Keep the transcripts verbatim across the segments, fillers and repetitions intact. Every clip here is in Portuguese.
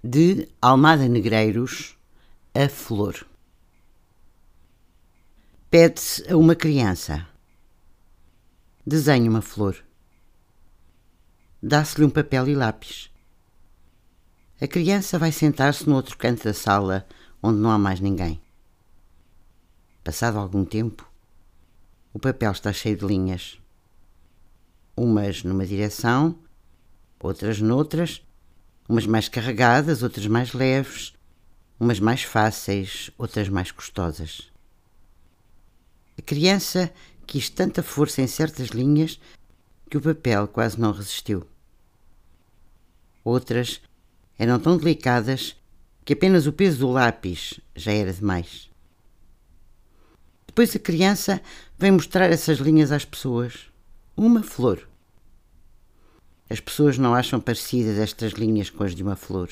De Almada Negreiros, A Flor. Pede-se a uma criança: desenhe uma flor. Dá-se-lhe um papel e lápis. A criança vai sentar-se no outro canto da sala, onde não há mais ninguém. Passado algum tempo, o papel está cheio de linhas. Umas numa direção, outras noutras, umas mais carregadas, outras mais leves, umas mais fáceis, outras mais custosas. A criança quis tanta força em certas linhas que o papel quase não resistiu. Outras eram tão delicadas que apenas o peso do lápis já era demais. Depois a criança vem mostrar essas linhas às pessoas. Uma flor. As pessoas não acham parecidas estas linhas com as de uma flor.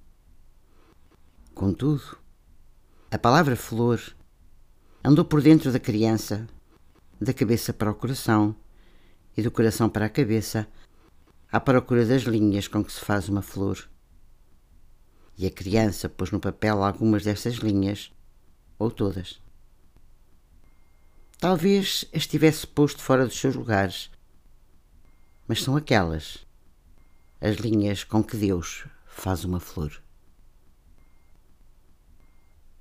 Contudo, a palavra flor andou por dentro da criança, da cabeça para o coração e do coração para a cabeça, à procura das linhas com que se faz uma flor. E a criança pôs no papel algumas dessas linhas, ou todas. Talvez as tivesse posto fora dos seus lugares, mas são aquelas, as linhas com que Deus faz uma flor.